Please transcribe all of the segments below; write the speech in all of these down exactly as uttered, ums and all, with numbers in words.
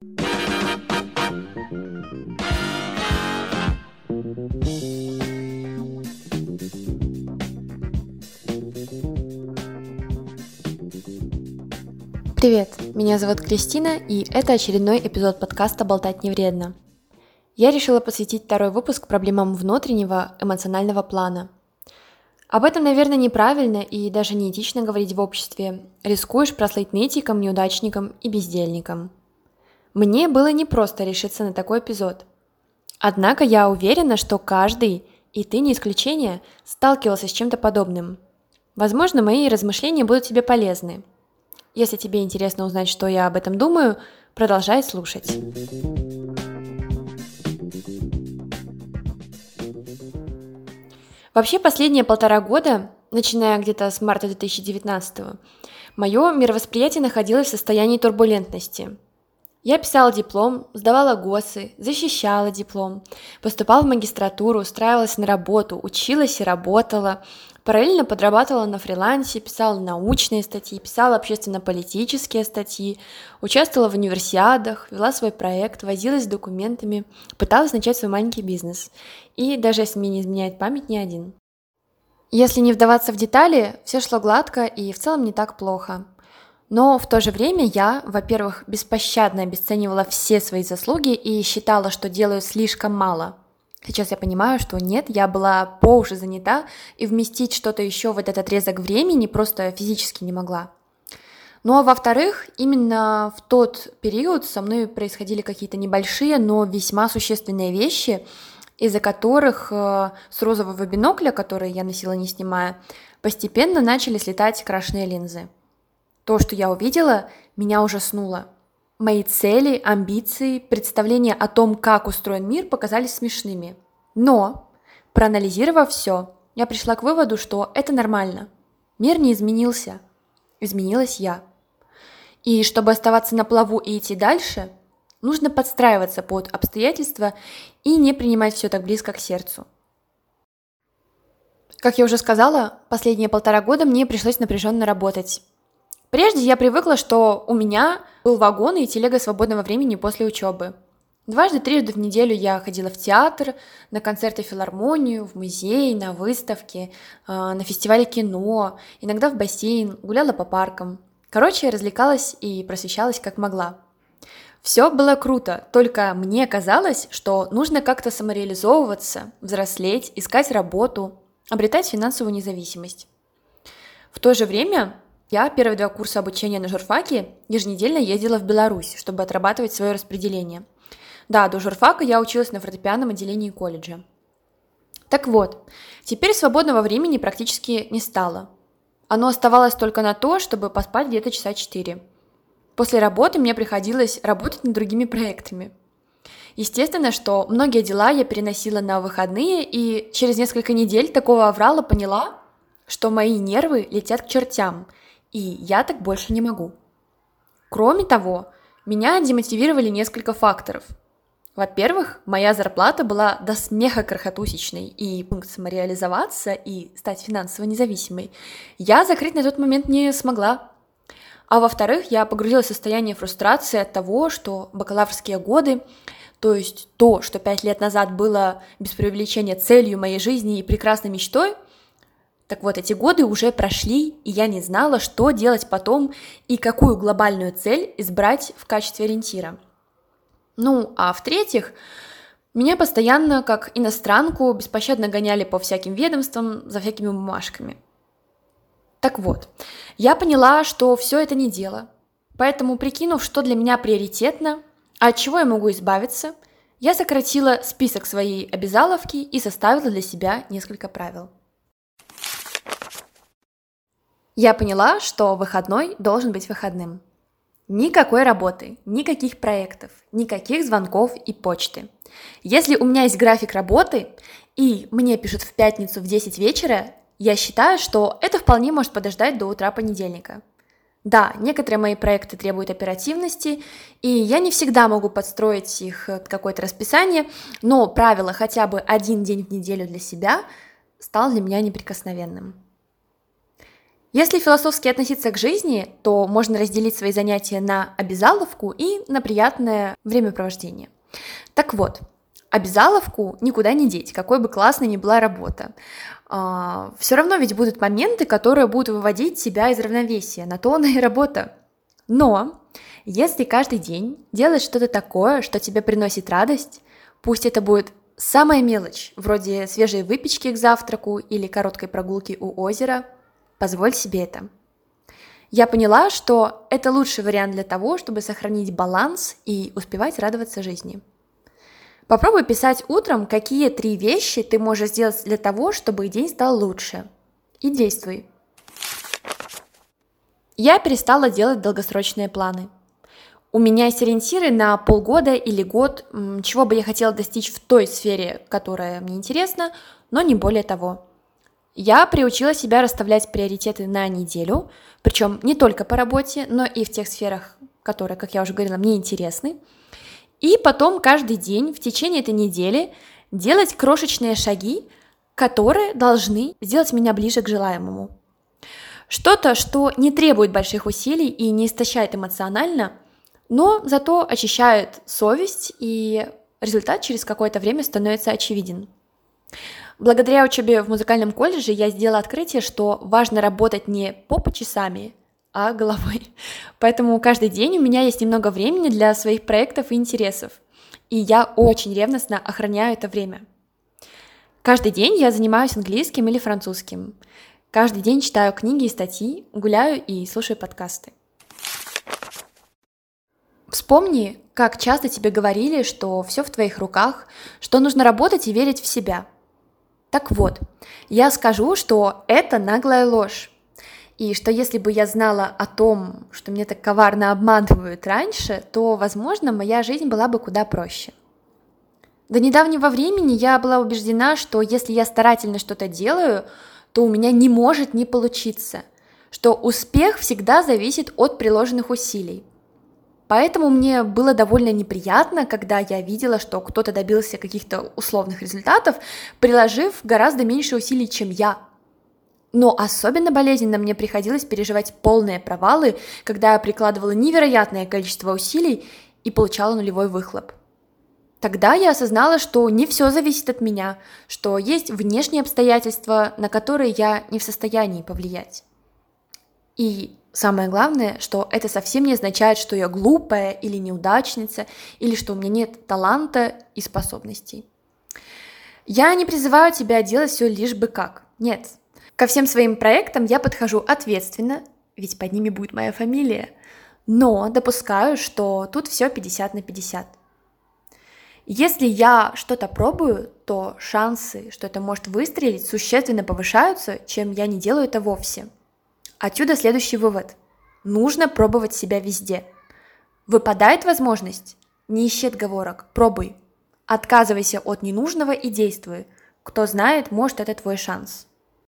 Привет, меня зовут Кристина, и это очередной эпизод подкаста «Болтать не вредно». Я решила посвятить второй выпуск проблемам внутреннего эмоционального плана. Об этом, наверное, неправильно и даже неэтично говорить в обществе. Рискуешь прослыть нытиком, неудачником и бездельником. Мне было непросто решиться на такой эпизод. Однако я уверена, что каждый, и ты не исключение, сталкивался с чем-то подобным. Возможно, мои размышления будут тебе полезны. Если тебе интересно узнать, что я об этом думаю, продолжай слушать. Вообще, последние полтора года, начиная где-то с марта две тысячи девятнадцатого, мое мировосприятие находилось в состоянии турбулентности. Я писала диплом, сдавала ГОСы, защищала диплом, поступала в магистратуру, устраивалась на работу, училась и работала, параллельно подрабатывала на фрилансе, писала научные статьи, писала общественно-политические статьи, участвовала в универсиадах, вела свой проект, возилась с документами, пыталась начать свой маленький бизнес. И даже если мне не изменяет память, не один. Если не вдаваться в детали, все шло гладко и в целом не так плохо. Но в то же время я, во-первых, беспощадно обесценивала все свои заслуги и считала, что делаю слишком мало. Сейчас я понимаю, что нет, я была по уши занята, и вместить что-то еще в этот отрезок времени просто физически не могла. Ну а во-вторых, именно в тот период со мной происходили какие-то небольшие, но весьма существенные вещи, из-за которых э, с розового бинокля, который я носила не снимая, постепенно начали слетать крашеные линзы. То, что я увидела, меня ужаснуло. Мои цели, амбиции, представления о том, как устроен мир, показались смешными. Но, проанализировав все, я пришла к выводу, что это нормально. Мир не изменился. Изменилась я. И чтобы оставаться на плаву и идти дальше, нужно подстраиваться под обстоятельства и не принимать все так близко к сердцу. Как я уже сказала, последние полтора года мне пришлось напряженно работать. Прежде я привыкла, что у меня был вагон и телега свободного времени после учебы. Дважды-трижды в неделю я ходила в театр, на концерты в филармонию, в музей, на выставки, на фестивали кино, иногда в бассейн, гуляла по паркам. Короче, развлекалась и просвещалась как могла. Все было круто, только мне казалось, что нужно как-то самореализовываться, взрослеть, искать работу, обретать финансовую независимость. В то же время я первые два курса обучения на журфаке еженедельно ездила в Беларусь, чтобы отрабатывать свое распределение. Да, до журфака я училась на фортепианном отделении колледжа. Так вот, теперь свободного времени практически не стало. Оно оставалось только на то, чтобы поспать где-то часа четыре. После работы мне приходилось работать над другими проектами. Естественно, что многие дела я переносила на выходные, и через несколько недель такого аврала поняла, что мои нервы летят к чертям, и я так больше не могу. Кроме того, меня демотивировали несколько факторов. Во-первых, моя зарплата была до смеха крохотусечной, и пункт самореализоваться и стать финансово независимой я закрыть на тот момент не смогла. А во-вторых, я погрузилась в состояние фрустрации от того, что бакалаврские годы, то есть то, что пять лет назад было без преувеличения целью моей жизни и прекрасной мечтой, так вот, эти годы уже прошли, и я не знала, что делать потом и какую глобальную цель избрать в качестве ориентира. Ну, а в-третьих, меня постоянно, как иностранку, беспощадно гоняли по всяким ведомствам за всякими бумажками. Так вот, я поняла, что все это не дело, поэтому, прикинув, что для меня приоритетно, а от чего я могу избавиться, я сократила список своей обязаловки и составила для себя несколько правил. Я поняла, что выходной должен быть выходным. Никакой работы, никаких проектов, никаких звонков и почты. Если у меня есть график работы, и мне пишут в пятницу в десять вечера, я считаю, что это вполне может подождать до утра понедельника. Да, некоторые мои проекты требуют оперативности, и я не всегда могу подстроить их в какое-то расписание, но правило хотя бы один день в неделю для себя стало для меня неприкосновенным. Если философски относиться к жизни, то можно разделить свои занятия на обязаловку и на приятное времяпровождение. Так вот, обязаловку никуда не деть, какой бы классной ни была работа. А, все равно ведь будут моменты, которые будут выводить тебя из равновесия, на то она и работа. Но если каждый день делать что-то такое, что тебе приносит радость, пусть это будет самая мелочь, вроде свежей выпечки к завтраку или короткой прогулки у озера, позволь себе это. Я поняла, что это лучший вариант для того, чтобы сохранить баланс и успевать радоваться жизни. Попробуй писать утром, какие три вещи ты можешь сделать для того, чтобы день стал лучше. И действуй. Я перестала делать долгосрочные планы. У меня есть ориентиры на полгода или год, чего бы я хотела достичь в той сфере, которая мне интересна, но не более того. Я приучила себя расставлять приоритеты на неделю, причем не только по работе, но и в тех сферах, которые, как я уже говорила, мне интересны. И потом каждый день в течение этой недели делать крошечные шаги, которые должны сделать меня ближе к желаемому. Что-то, что не требует больших усилий и не истощает эмоционально, но зато очищает совесть, и результат через какое-то время становится очевиден. Благодаря учебе в музыкальном колледже я сделала открытие, что важно работать не попой часами, а головой. Поэтому каждый день у меня есть немного времени для своих проектов и интересов, и я очень ревностно охраняю это время. Каждый день я занимаюсь английским или французским. Каждый день читаю книги и статьи, гуляю и слушаю подкасты. Вспомни, как часто тебе говорили, что все в твоих руках, что нужно работать и верить в себя. Так вот, я скажу, что это наглая ложь, и что если бы я знала о том, что мне так коварно обманывают раньше, то, возможно, моя жизнь была бы куда проще. До недавнего времени я была убеждена, что если я старательно что-то делаю, то у меня не может не получиться, что успех всегда зависит от приложенных усилий. Поэтому мне было довольно неприятно, когда я видела, что кто-то добился каких-то условных результатов, приложив гораздо меньше усилий, чем я. Но особенно болезненно мне приходилось переживать полные провалы, когда я прикладывала невероятное количество усилий и получала нулевой выхлоп. Тогда я осознала, что не все зависит от меня, что есть внешние обстоятельства, на которые я не в состоянии повлиять. И самое главное, что это совсем не означает, что я глупая или неудачница, или что у меня нет таланта и способностей. Я не призываю тебя делать все лишь бы как. Нет. Ко всем своим проектам я подхожу ответственно, ведь под ними будет моя фамилия, но допускаю, что тут все пятьдесят на пятьдесят. Если я что-то пробую, то шансы, что это может выстрелить, существенно повышаются, чем я не делаю это вовсе. Отсюда следующий вывод. Нужно пробовать себя везде. Выпадает возможность? Не ищи отговорок, пробуй. Отказывайся от ненужного и действуй. Кто знает, может, это твой шанс.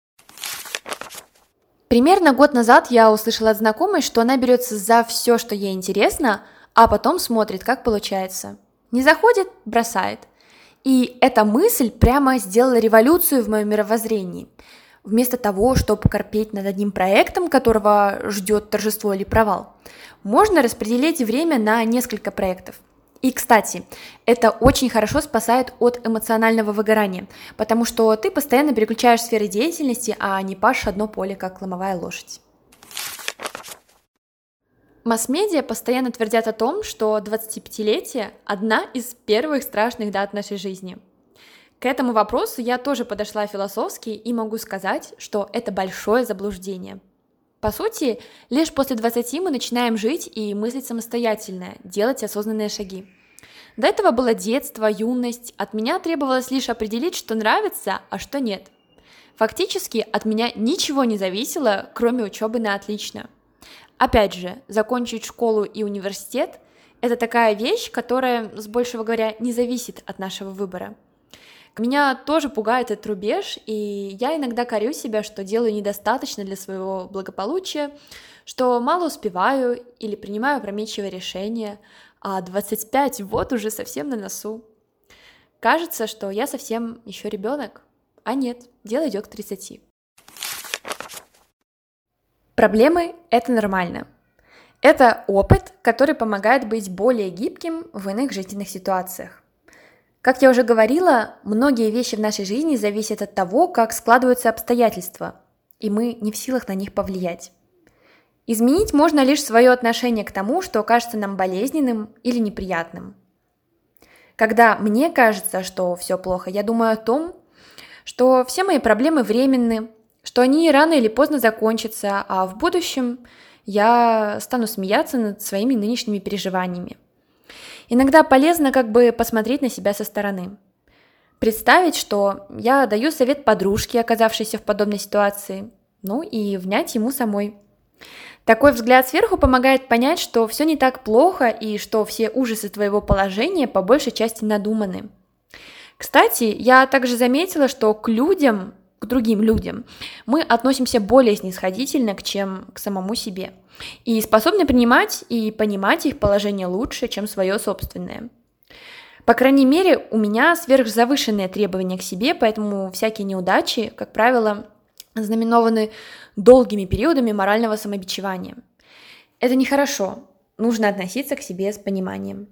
Примерно год назад я услышала от знакомой, что она берется за все, что ей интересно, а потом смотрит, как получается. Не заходит, бросает. И эта мысль прямо сделала революцию в моем мировоззрении. Вместо того, чтобы корпеть над одним проектом, которого ждет торжество или провал, можно распределить время на несколько проектов. И, кстати, это очень хорошо спасает от эмоционального выгорания, потому что ты постоянно переключаешь сферы деятельности, а не пашешь одно поле, как ломовая лошадь. Масс-медиа постоянно твердят о том, что двадцатипятилетие – одна из первых страшных дат нашей жизни. К этому вопросу я тоже подошла философски и могу сказать, что это большое заблуждение. По сути, лишь после двадцати мы начинаем жить и мыслить самостоятельно, делать осознанные шаги. До этого было детство, юность, от меня требовалось лишь определить, что нравится, а что нет. Фактически от меня ничего не зависело, кроме учебы на отлично. Опять же, закончить школу и университет – это такая вещь, которая, с большего говоря, не зависит от нашего выбора. Меня тоже пугает этот рубеж, и я иногда корю себя, что делаю недостаточно для своего благополучия, что мало успеваю или принимаю опрометчивые решения, а двадцать пять вот уже совсем на носу. Кажется, что я совсем еще ребенок, а нет, дело идет к тридцати. Проблемы — это нормально. Это опыт, который помогает быть более гибким в иных жизненных ситуациях. Как я уже говорила, многие вещи в нашей жизни зависят от того, как складываются обстоятельства, и мы не в силах на них повлиять. Изменить можно лишь свое отношение к тому, что кажется нам болезненным или неприятным. Когда мне кажется, что все плохо, я думаю о том, что все мои проблемы временны, что они рано или поздно закончатся, а в будущем я стану смеяться над своими нынешними переживаниями. Иногда полезно как бы посмотреть на себя со стороны. Представить, что я даю совет подружке, оказавшейся в подобной ситуации, ну и внять ему самой. Такой взгляд сверху помогает понять, что все не так плохо и что все ужасы твоего положения по большей части надуманы. Кстати, я также заметила, что к людям, к другим людям, мы относимся более снисходительно, чем к самому себе, и способны принимать и понимать их положение лучше, чем свое собственное. По крайней мере, у меня сверхзавышенные требования к себе, поэтому всякие неудачи, как правило, знаменованы долгими периодами морального самобичевания. Это нехорошо, нужно относиться к себе с пониманием.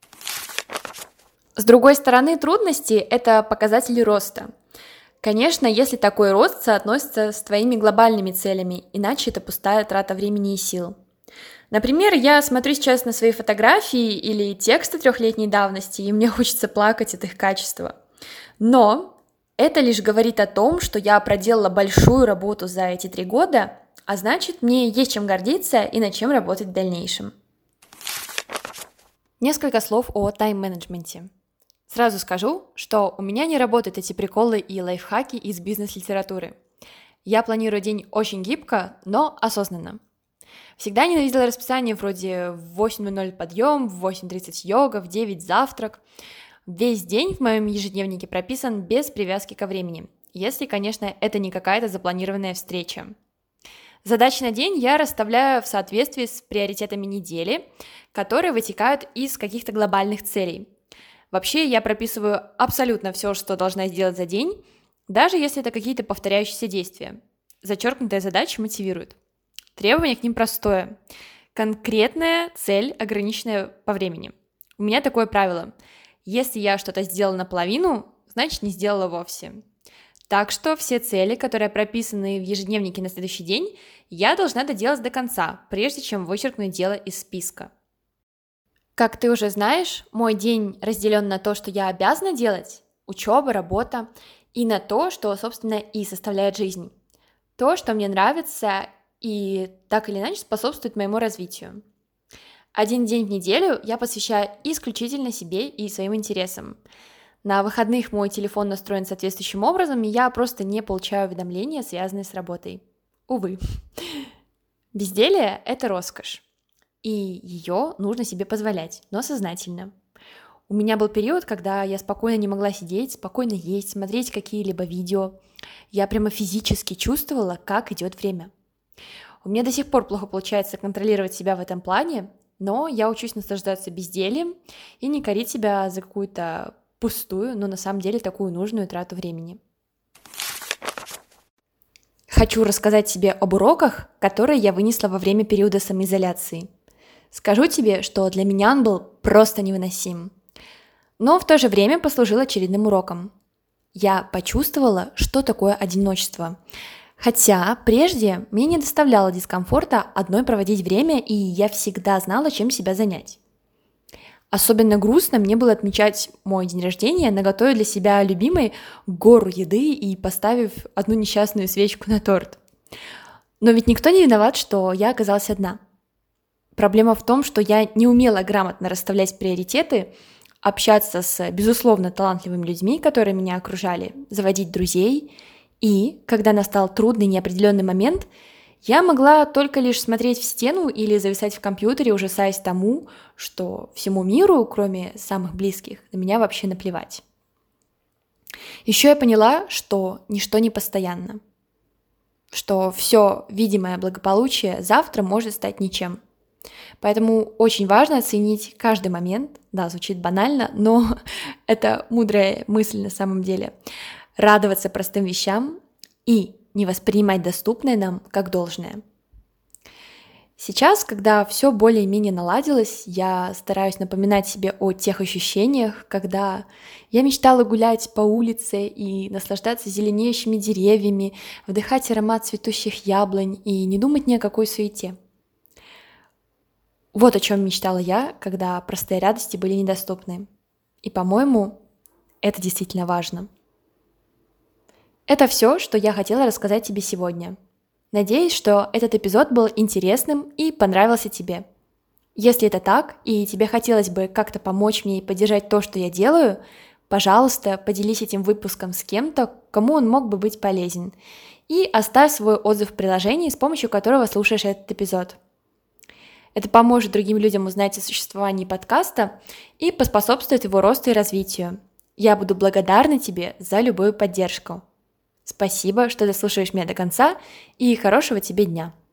С другой стороны, трудности – это показатели роста. Конечно, если такой рост соотносится с твоими глобальными целями, иначе это пустая трата времени и сил. Например, я смотрю сейчас на свои фотографии или тексты трехлетней давности, и мне хочется плакать от их качества. Но это лишь говорит о том, что я проделала большую работу за эти три года, а значит, мне есть чем гордиться и над чем работать в дальнейшем. Несколько слов о тайм-менеджменте. Сразу скажу, что у меня не работают эти приколы и лайфхаки из бизнес-литературы. Я планирую день очень гибко, но осознанно. Всегда ненавидела расписание вроде в восемь ноль ноль подъем, в восемь тридцать йога, в девять завтрак. Весь день в моем ежедневнике прописан без привязки ко времени, если, конечно, это не какая-то запланированная встреча. Задачи на день я расставляю в соответствии с приоритетами недели, которые вытекают из каких-то глобальных целей. Вообще, я прописываю абсолютно все, что должна сделать за день, даже если это какие-то повторяющиеся действия. Зачеркнутая задача мотивирует. Требование к ним простое. Конкретная цель, ограниченная по времени. У меня такое правило. Если я что-то сделала наполовину, значит не сделала вовсе. Так что все цели, которые прописаны в ежедневнике на следующий день, я должна доделать до конца, прежде чем вычеркнуть дело из списка. Как ты уже знаешь, мой день разделен на то, что я обязана делать, учеба, работа, и на то, что, собственно, и составляет жизнь. То, что мне нравится и так или иначе способствует моему развитию. Один день в неделю я посвящаю исключительно себе и своим интересам. На выходных мой телефон настроен соответствующим образом, и я просто не получаю уведомления, связанные с работой. Увы. Безделие – это роскошь, и ее нужно себе позволять, но сознательно. У меня был период, когда я спокойно не могла сидеть, спокойно есть, смотреть какие-либо видео. Я прямо физически чувствовала, как идет время. У меня до сих пор плохо получается контролировать себя в этом плане, но я учусь наслаждаться бездельем и не корить себя за какую-то пустую, но на самом деле такую нужную трату времени. Хочу рассказать тебе об уроках, которые я вынесла во время периода самоизоляции. Скажу тебе, что для меня он был просто невыносим, но в то же время послужил очередным уроком. Я почувствовала, что такое одиночество. Хотя прежде мне не доставляло дискомфорта одной проводить время, и я всегда знала, чем себя занять. Особенно грустно мне было отмечать мой день рождения, наготовив для себя любимой гору еды и поставив одну несчастную свечку на торт. Но ведь никто не виноват, что я оказалась одна. Проблема в том, что я не умела грамотно расставлять приоритеты, общаться с, безусловно, талантливыми людьми, которые меня окружали, заводить друзей. И, когда настал трудный неопределенный момент, я могла только лишь смотреть в стену или зависать в компьютере, ужасаясь тому, что всему миру, кроме самых близких, на меня вообще наплевать. Еще я поняла, что ничто не постоянно, что все видимое благополучие завтра может стать ничем. Поэтому очень важно оценить каждый момент. Да, звучит банально, но это мудрая мысль на самом деле. Радоваться простым вещам и не воспринимать доступное нам как должное. Сейчас, когда все более-менее наладилось, я стараюсь напоминать себе о тех ощущениях, когда я мечтала гулять по улице и наслаждаться зеленеющими деревьями, вдыхать аромат цветущих яблонь и не думать ни о какой суете. Вот о чем мечтала я, когда простые радости были недоступны. И, по-моему, это действительно важно. Это все, что я хотела рассказать тебе сегодня. Надеюсь, что этот эпизод был интересным и понравился тебе. Если это так, и тебе хотелось бы как-то помочь мне и поддержать то, что я делаю, пожалуйста, поделись этим выпуском с кем-то, кому он мог бы быть полезен, и оставь свой отзыв в приложении, с помощью которого слушаешь этот эпизод. Это поможет другим людям узнать о существовании подкаста и поспособствует его росту и развитию. Я буду благодарна тебе за любую поддержку. Спасибо, что дослушаешь меня до конца, и хорошего тебе дня!